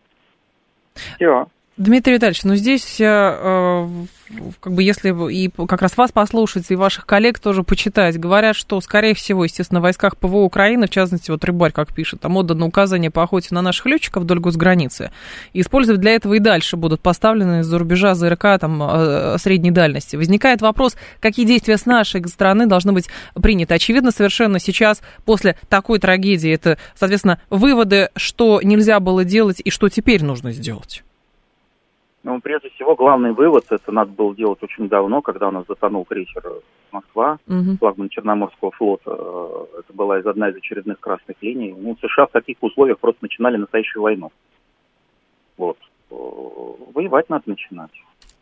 Все. Дмитрий Витальевич, ну здесь, э, как бы, если и как раз вас послушать, и ваших коллег тоже почитать, говорят, что, скорее всего, естественно, в войсках ПВО Украины, в частности, вот Рыбарь, как пишет, там отдано указание по охоте на наших летчиков вдоль госграницы, и использовать для этого и дальше будут поставлены из-за рубежа ЗРК там, э, средней дальности. Возникает вопрос, какие действия с нашей стороны должны быть приняты. Очевидно, совершенно сейчас, после такой трагедии, это, соответственно, выводы, что нельзя было делать и что теперь нужно сделать. Ну, прежде всего, главный вывод, это надо было делать очень давно, когда у нас затонул крейсер «Москва», угу. флагман Черноморского флота. Это была из одна из очередных красных линий. Ну, США в таких условиях просто начинали настоящую войну. Вот. Воевать надо начинать.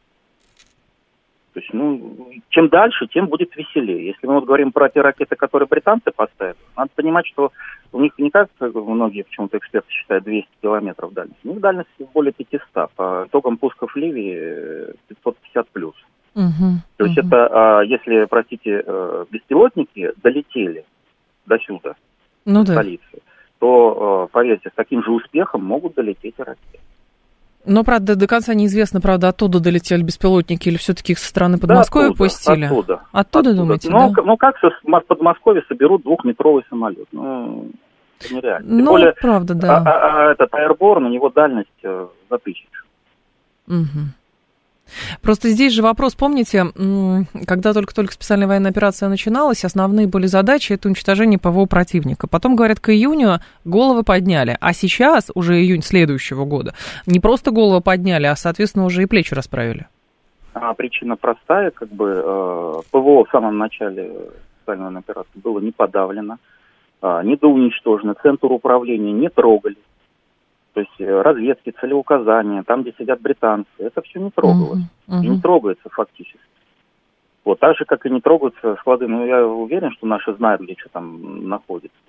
То есть, ну, чем дальше, тем будет веселее. Если мы вот говорим про те ракеты, которые британцы поставят, надо понимать, что у них не как многие почему-то эксперты считают двести километров дальность. У них дальность более пятьсот. По итогам пусков Ливии пятьсот пятьдесят плюс. Угу, То есть угу. это, если, простите, беспилотники долетели до сюда, ну, до да. столицы, то, поверьте, с таким же успехом могут долететь и ракеты. Но, правда, до конца неизвестно, правда, оттуда долетели беспилотники или все-таки их со стороны Подмосковья да, оттуда, пустили? Оттуда. Оттуда, оттуда. думаете, ну, да? Ну, как со Подмосковья соберут двухметровый самолет? Ну, это нереально. Тем ну, более, правда, да. А, а, а этот Airborne, у него дальность э, за тысячу. Угу. Просто здесь же вопрос, помните, когда только-только специальная военная операция начиналась, основные были задачи — это уничтожение ПВО противника. Потом, говорят, к июню головы подняли, а сейчас, уже июнь следующего года, не просто головы подняли, а, соответственно, уже и плечи расправили. А причина простая, как бы э, ПВО в самом начале специальной военной операции было не подавлено, э, недоуничтожено, центр управления не трогали. То есть разведки, целеуказания, там, где сидят британцы, это все не трогалось. Uh-huh, uh-huh. И не трогается фактически. Вот, так же, как и не трогаются склады. Ну, я уверен, что наши знают, где что там находится.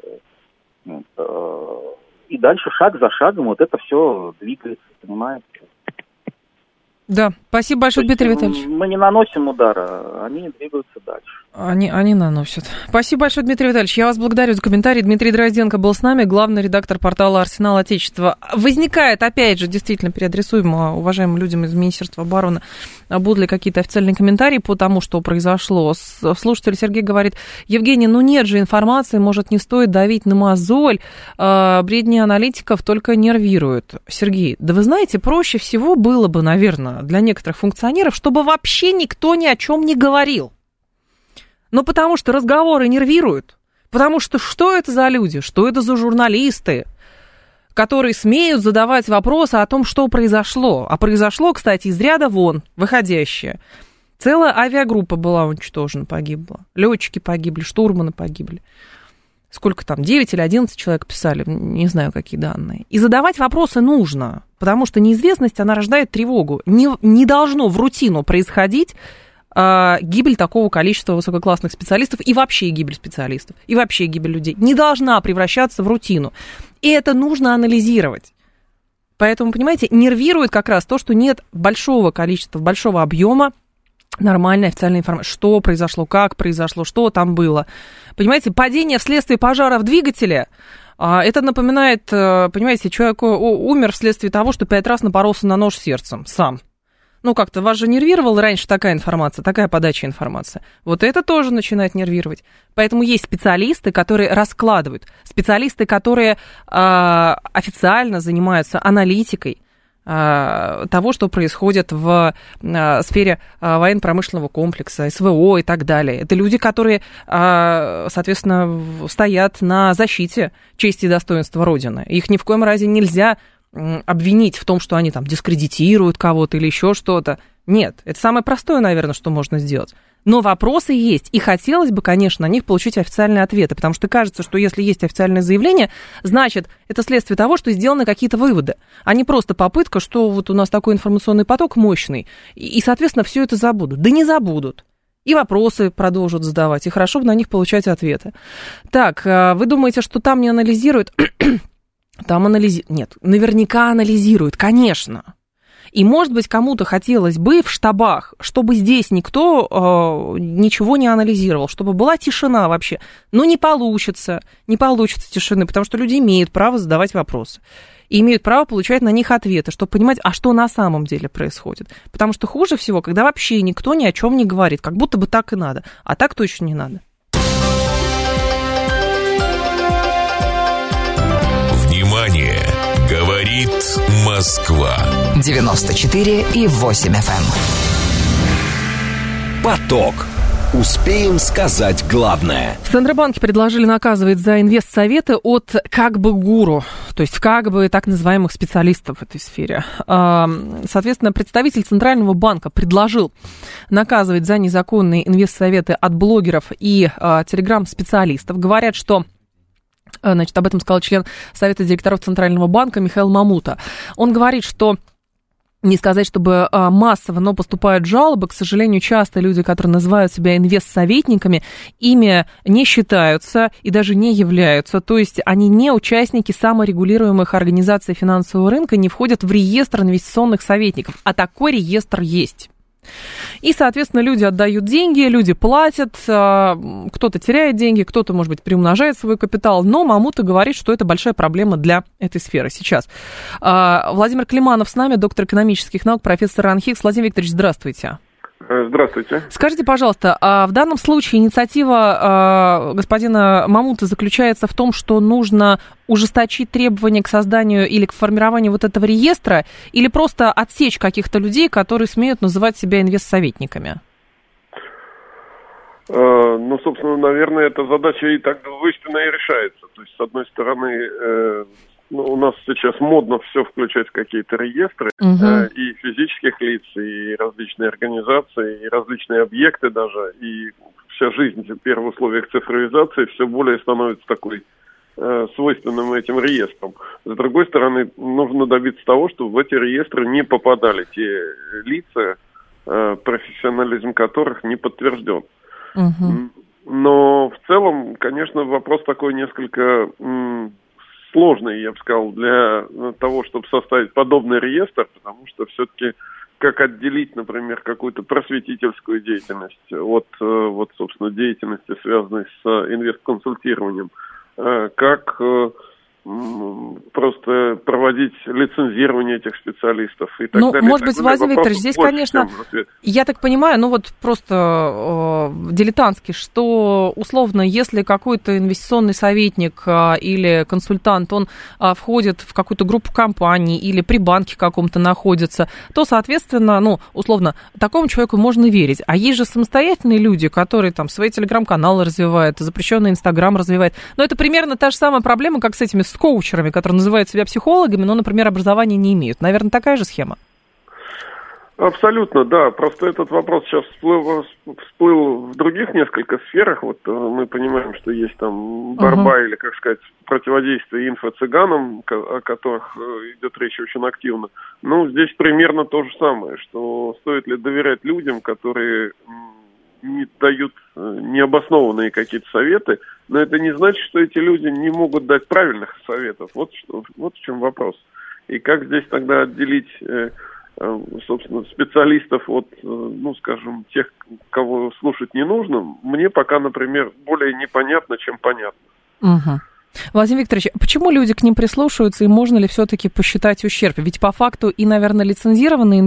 Вот. И дальше, шаг за шагом, вот это все двигается, понимаете? Да, спасибо большое, Дмитрий Витальевич. Мы не наносим удара, они двигаются дальше. Они, они наносят. Спасибо большое, Дмитрий Витальевич. Я вас благодарю за комментарий. Дмитрий Дрозденко был с нами, главный редактор портала «Арсенал Отечества». Возникает, опять же, действительно, переадресуем уважаемым людям из Министерства обороны, будут ли какие-то официальные комментарии по тому, что произошло. Слушатель Сергей говорит: Евгений, ну нет же информации, может, не стоит давить на мозоль, бредни аналитиков только нервируют. Сергей, да вы знаете, проще всего было бы, наверное, для некоторых функционеров, чтобы вообще никто ни о чем не говорил. Ну, потому что разговоры нервируют. Потому что что это за люди? Что это за журналисты, которые смеют задавать вопросы о том, что произошло? А произошло, кстати, из ряда вон, выходящее. Целая авиагруппа была уничтожена, погибла. Летчики погибли, штурманы погибли. Сколько там, девять или одиннадцать человек писали, не знаю, какие данные. И задавать вопросы нужно, потому что неизвестность, она рождает тревогу. Не, не должно в рутину происходить э, гибель такого количества высококлассных специалистов и вообще гибель специалистов, и вообще гибель людей. Не должна превращаться в рутину. И это нужно анализировать. Поэтому, понимаете, нервирует как раз то, что нет большого количества, большого объема нормальной официальной информации, что произошло, как произошло, что там было. Понимаете, падение вследствие пожара в двигателе, это напоминает, понимаете, человек умер вследствие того, что пять раз напоролся на нож сердцем сам. Ну, как-то вас же нервировала раньше такая информация, такая подача информации. Вот это тоже начинает нервировать. Поэтому есть специалисты, которые раскладывают, специалисты, которые э, официально занимаются аналитикой того, что происходит в сфере военно-промышленного комплекса, СВО и так далее. Это люди, которые, соответственно, стоят на защите чести и достоинства Родины. Их ни в коем разе нельзя обвинить в том, что они там дискредитируют кого-то или еще что-то. Нет, это самое простое, наверное, что можно сделать. Но вопросы есть, и хотелось бы, конечно, на них получить официальные ответы, потому что кажется, что если есть официальное заявление, значит, это следствие того, что сделаны какие-то выводы, а не просто попытка, что вот у нас такой информационный поток мощный, и, соответственно, все это забудут. Да не забудут. И вопросы продолжат задавать, и хорошо бы на них получать ответы. Так, вы думаете, что там не анализируют? Там анализируют. Нет, наверняка анализируют, конечно. И, может быть, кому-то хотелось бы в штабах, чтобы здесь никто э, ничего не анализировал, чтобы была тишина вообще. Но не получится, не получится тишины, потому что люди имеют право задавать вопросы. И имеют право получать на них ответы, чтобы понимать, а что на самом деле происходит. Потому что хуже всего, когда вообще никто ни о чем не говорит, как будто бы так и надо. А так точно не надо. Внимание! Говорит Москва. девяносто четыре и восемь эф эм. Поток. Успеем сказать главное. В Центробанке предложили наказывать за инвестсоветы от как бы гуру, то есть как бы так называемых специалистов в этой сфере. Соответственно, представитель Центрального банка предложил наказывать за незаконные инвестсоветы от блогеров и телеграм-специалистов. Говорят, что... Значит, об этом сказал член Совета директоров Центрального банка Михаил Мамута. Он говорит, что не сказать, чтобы массово, но поступают жалобы. К сожалению, часто люди, которые называют себя инвестсоветниками, ими не считаются и даже не являются. То есть они не участники саморегулируемых организаций финансового рынка, не входят в реестр инвестиционных советников. А такой реестр есть. И, соответственно, люди отдают деньги, люди платят, кто-то теряет деньги, кто-то, может быть, приумножает свой капитал, но Мамута говорит, что это большая проблема для этой сферы сейчас. Владимир Климанов с нами, доктор экономических наук, профессор РАНХИКС. Владимир Викторович, здравствуйте. Здравствуйте. Скажите, пожалуйста, в данном случае инициатива господина Мамуты заключается в том, что нужно ужесточить требования к созданию или к формированию вот этого реестра, или просто отсечь каких-то людей, которые смеют называть себя инвестсоветниками? Ну, собственно, наверное, эта задача и так двойственно и решается. То есть, с одной стороны, ну, у нас сейчас модно все включать в какие-то реестры, угу. э, и физических лиц, и различные организации, и различные объекты даже, и вся жизнь теперь в условиях цифровизации все более становится такой э, свойственным этим реестрам. С другой стороны, нужно добиться того, чтобы в эти реестры не попадали те лица, э, профессионализм которых не подтвержден. Угу. Но в целом, конечно, вопрос такой несколько... М- сложный, я бы сказал, для того, чтобы составить подобный реестр, потому что все-таки как отделить, например, какую-то просветительскую деятельность от, вот, собственно, деятельности, связанной с инвестконсультированием, как просто проводить лицензирование этих специалистов и так ну, далее. Может быть, Владимир Викторович, здесь, конечно, я так понимаю, ну вот просто э, дилетантски, что условно, если какой-то инвестиционный советник э, или консультант, он э, входит в какую-то группу компаний или при банке каком-то находится, то, соответственно, ну, условно, такому человеку можно верить. А есть же самостоятельные люди, которые там свои телеграм-каналы развивают, запрещенный Инстаграм развивают. Но это примерно та же самая проблема, как с этими с коучерами, которые называют себя психологами, но, например, образования не имеют. Наверное, такая же схема? Абсолютно, да. Просто этот вопрос сейчас всплыл, всплыл в других несколько сферах. Вот мы понимаем, что есть там борьба uh-huh. или, как сказать, противодействие инфо-цыганам, о которых идет речь очень активно. Ну, здесь примерно то же самое, что стоит ли доверять людям, которые не дают необоснованные какие-то советы, но это не значит, что эти люди не могут дать правильных советов. Вот, что, вот в чем вопрос. И как здесь тогда отделить, собственно, специалистов от, ну, скажем, тех, кого слушать не нужно, мне пока, например, более непонятно, чем понятно. Угу. Владимир Викторович, почему люди к ним прислушиваются, и можно ли все-таки посчитать ущерб? Ведь по факту и, наверное, лицензированные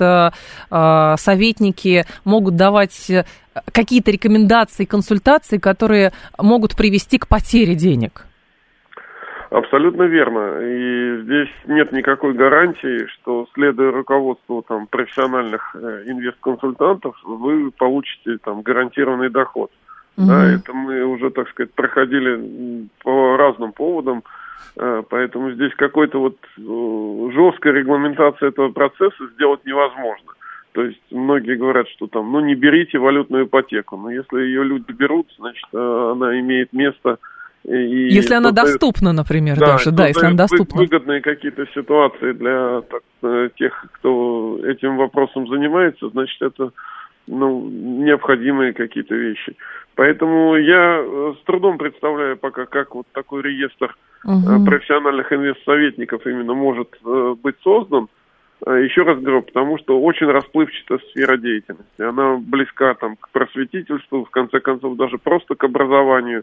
инвест-советники могут давать какие-то рекомендации, консультации, которые могут привести к потере денег. Абсолютно верно. И здесь нет никакой гарантии, что, следуя руководству там, профессиональных инвест-консультантов, вы получите там, гарантированный доход. Mm-hmm. Да, это мы уже, так сказать, проходили по разным поводам, поэтому здесь какой-то вот жесткой регламентации этого процесса сделать невозможно. То есть многие говорят, что там, ну не берите валютную ипотеку, но если ее люди берут, значит, она имеет место. И если она доступна, например, да, даже, да, если она доступна. Выгодные какие-то ситуации для так, тех, кто этим вопросом занимается, значит, это ну, необходимые какие-то вещи. Поэтому я с трудом представляю пока, как вот такой реестр угу. профессиональных инвестсоветников именно может быть создан. Еще раз говорю, потому что очень расплывчатая сфера деятельности. Она близка там, к просветительству, в конце концов, даже просто к образованию.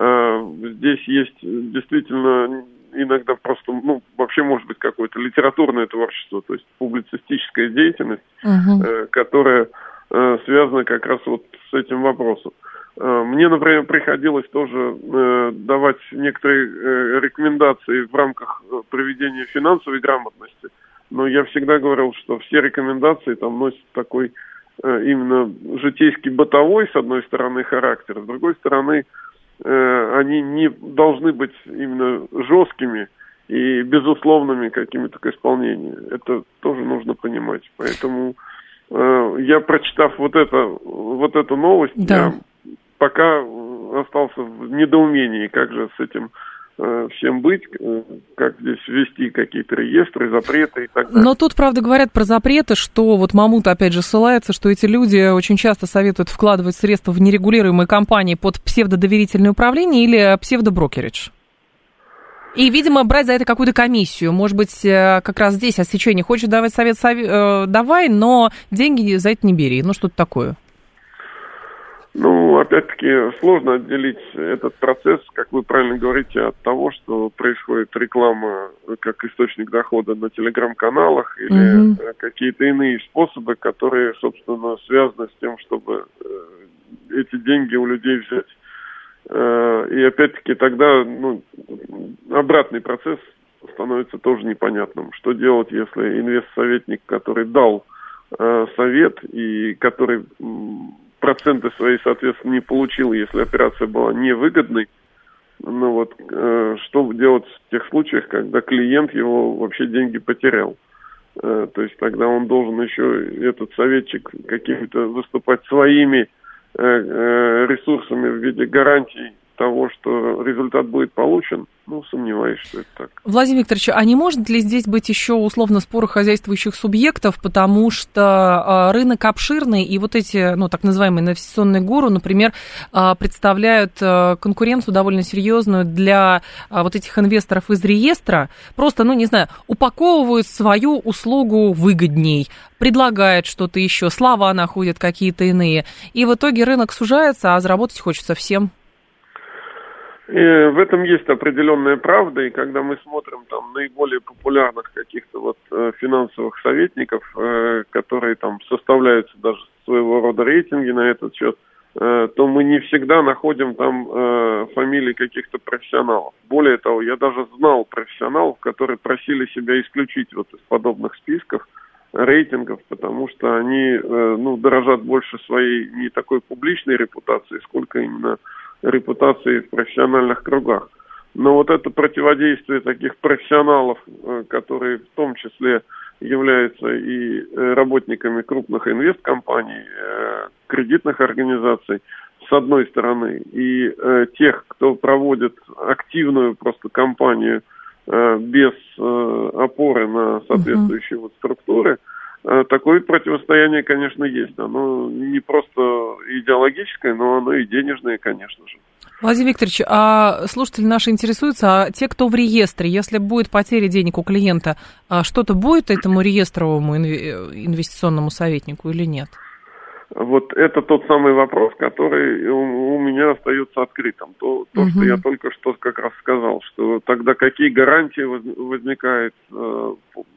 Здесь есть действительно иногда просто, ну, вообще может быть какое-то литературное творчество, то есть публицистическая деятельность, угу. которая связана как раз вот с этим вопросом. Мне, например, приходилось тоже давать некоторые рекомендации в рамках проведения финансовой грамотности. Но я всегда говорил, что все рекомендации там носят такой э, именно житейский бытовой, с одной стороны, характер, с другой стороны, э, они не должны быть именно жесткими и безусловными какими-то к исполнению. Это тоже нужно понимать. Поэтому э, я, прочитав вот, это, вот эту новость, да. я пока остался в недоумении, как же с этим всем быть, как здесь ввести какие-то реестры, запреты и так далее. Но тут, правда, говорят про запреты, что вот Мамут опять же ссылается, что эти люди очень часто советуют вкладывать средства в нерегулируемые компании под псевдодоверительное управление или псевдоброкеридж. И, видимо, брать за это какую-то комиссию. Может быть, как раз здесь отсечение. Хочешь давать совет, совет э, давай, но деньги за это не бери. Ну, что-то такое. Ну, опять-таки, сложно отделить этот процесс, как вы правильно говорите, от того, что происходит реклама как источник дохода на телеграм-каналах или mm-hmm. какие-то иные способы, которые, собственно, связаны с тем, чтобы эти деньги у людей взять. И опять-таки тогда ну, обратный процесс становится тоже непонятным. Что делать, если инвестсоветник, который дал э, совет и который м, проценты свои, соответственно, не получил, если операция была невыгодной, ну вот, э, что делать в тех случаях, когда клиент его вообще деньги потерял? Э, то есть тогда он должен еще, этот советчик, какими-то выступать своими э, э, ресурсами в виде гарантий того, что результат будет получен, ну, сомневаюсь, что это так. Владимир Викторович, а не может ли здесь быть еще условно споры хозяйствующих субъектов, потому что э, рынок обширный, и вот эти, ну, так называемые инвестиционные гуру, например, э, представляют э, конкуренцию довольно серьезную для э, вот этих инвесторов из реестра, просто, ну, не знаю, упаковывают свою услугу выгодней, предлагают что-то еще, слова находят какие-то иные, и в итоге рынок сужается, а заработать хочется всем. И в этом есть определенная правда, и когда мы смотрим там наиболее популярных каких-то вот э, финансовых советников, э, которые там составляются даже своего рода рейтинги на этот счет, э, то мы не всегда находим там э, фамилии каких-то профессионалов. Более того, я даже знал профессионалов, которые просили себя исключить вот из подобных списков, рейтингов, потому что они э, ну, дорожат больше своей не такой публичной репутацией, сколько именно репутации в профессиональных кругах. Но вот это противодействие таких профессионалов, которые в том числе являются и работниками крупных инвесткомпаний, кредитных организаций, с одной стороны, и тех, кто проводит активную просто кампанию без опоры на соответствующие uh-huh. вот структуры, такое противостояние, конечно, есть. Оно не просто идеологическое, но оно и денежное, конечно же. Владимир Викторович, а слушатели наши интересуются, а те, кто в реестре, если будет потеря денег у клиента, что-то будет этому реестровому инвестиционному советнику или нет? Вот это тот самый вопрос, который у, у меня остается открытым. То, то угу. что я только что как раз сказал, что тогда какие гарантии возникают э,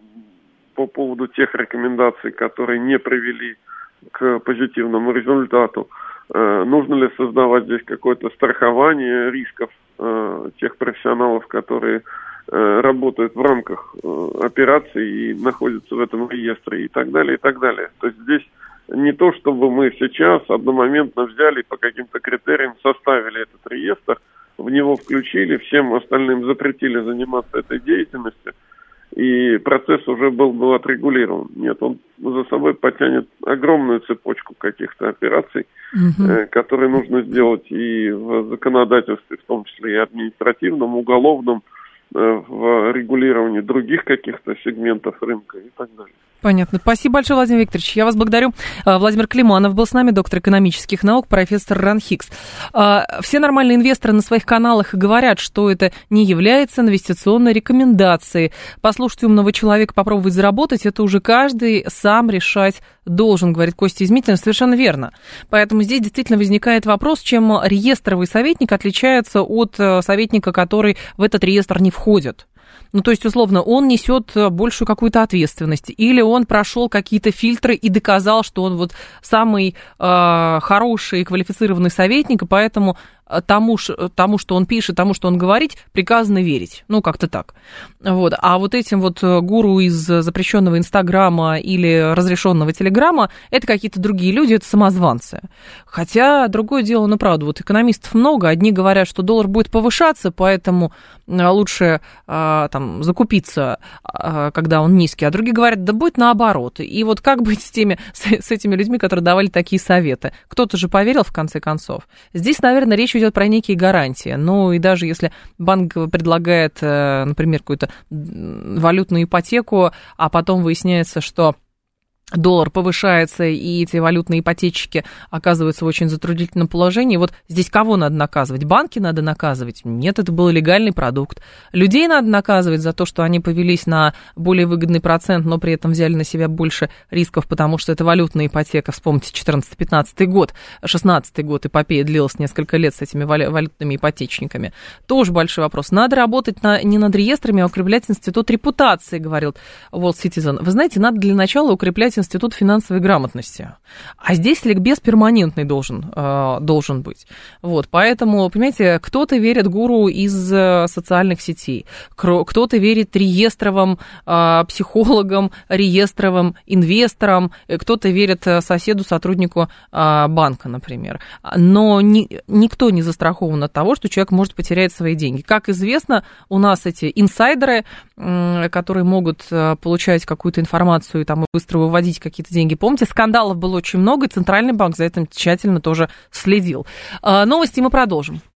по поводу тех рекомендаций, которые не привели к позитивному результату. Э, нужно ли создавать здесь какое-то страхование рисков э, тех профессионалов, которые э, работают в рамках э, операций и находятся в этом реестре и так далее, и так далее. То есть здесь не то, чтобы мы сейчас одномоментно взяли по каким-то критериям, составили этот реестр, в него включили, всем остальным запретили заниматься этой деятельностью, и процесс уже был бы отрегулирован. Нет, он за собой потянет огромную цепочку каких-то операций, угу. э, которые нужно сделать и в законодательстве, в том числе и административном, уголовном, э, в регулировании других каких-то сегментов рынка и так далее. Понятно. Спасибо большое, Владимир Викторович. Я вас благодарю. Владимир Климанов был с нами, доктор экономических наук, профессор РАНХИКС. Все нормальные инвесторы на своих каналах говорят, что это не является инвестиционной рекомендацией. Послушать умного человека, попробовать заработать, это уже каждый сам решать должен, говорит Костя Измитин. Совершенно верно. Поэтому здесь действительно возникает вопрос, чем реестровый советник отличается от советника, который в этот реестр не входит. Ну, то есть, условно, он несет большую какую-то ответственность, или он прошел какие-то фильтры и доказал, что он вот самый э, хороший и квалифицированный советник, и поэтому тому, тому, что он пишет, тому, что он говорит, приказано верить. Ну, как-то так. Вот. А вот этим вот гуру из запрещенного Инстаграма или разрешенного Телеграма, это какие-то другие люди, это самозванцы. Хотя, другое дело, ну, правда, вот экономистов много, одни говорят, что доллар будет повышаться, поэтому лучше там закупиться, когда он низкий, а другие говорят, да будет наоборот. И вот как быть с теми, с этими людьми, которые давали такие советы? Кто-то же поверил, в конце концов. Здесь, наверное, речь идет про некие гарантии. Ну, и даже если банк предлагает, например, какую-то валютную ипотеку, а потом выясняется, что доллар повышается, и эти валютные ипотечники оказываются в очень затруднительном положении. Вот здесь кого надо наказывать? Банки надо наказывать? Нет, это был легальный продукт. Людей надо наказывать за то, что они повелись на более выгодный процент, но при этом взяли на себя больше рисков, потому что это валютная ипотека. Вспомните, четырнадцатый-пятнадцатый год, шестнадцатый год эпопея длилась несколько лет с этими валютными ипотечниками. Тоже большой вопрос. Надо работать на, не над реестрами, а укреплять институт репутации, говорил World Citizen. Вы знаете, надо для начала укреплять институт финансовой грамотности. А здесь ликбез перманентный должен, э, должен быть. Вот, поэтому, понимаете, кто-то верит гуру из э, социальных сетей, кто-то верит реестровым э, психологам, реестровым инвесторам, кто-то верит соседу, сотруднику э, банка, например. Но ни, никто не застрахован от того, что человек может потерять свои деньги. Как известно, у нас эти инсайдеры, э, которые могут э, получать какую-то информацию и там быстро выводить какие-то деньги. Помните, скандалов было очень много, и Центральный банк за этим тщательно тоже следил. Новости мы продолжим.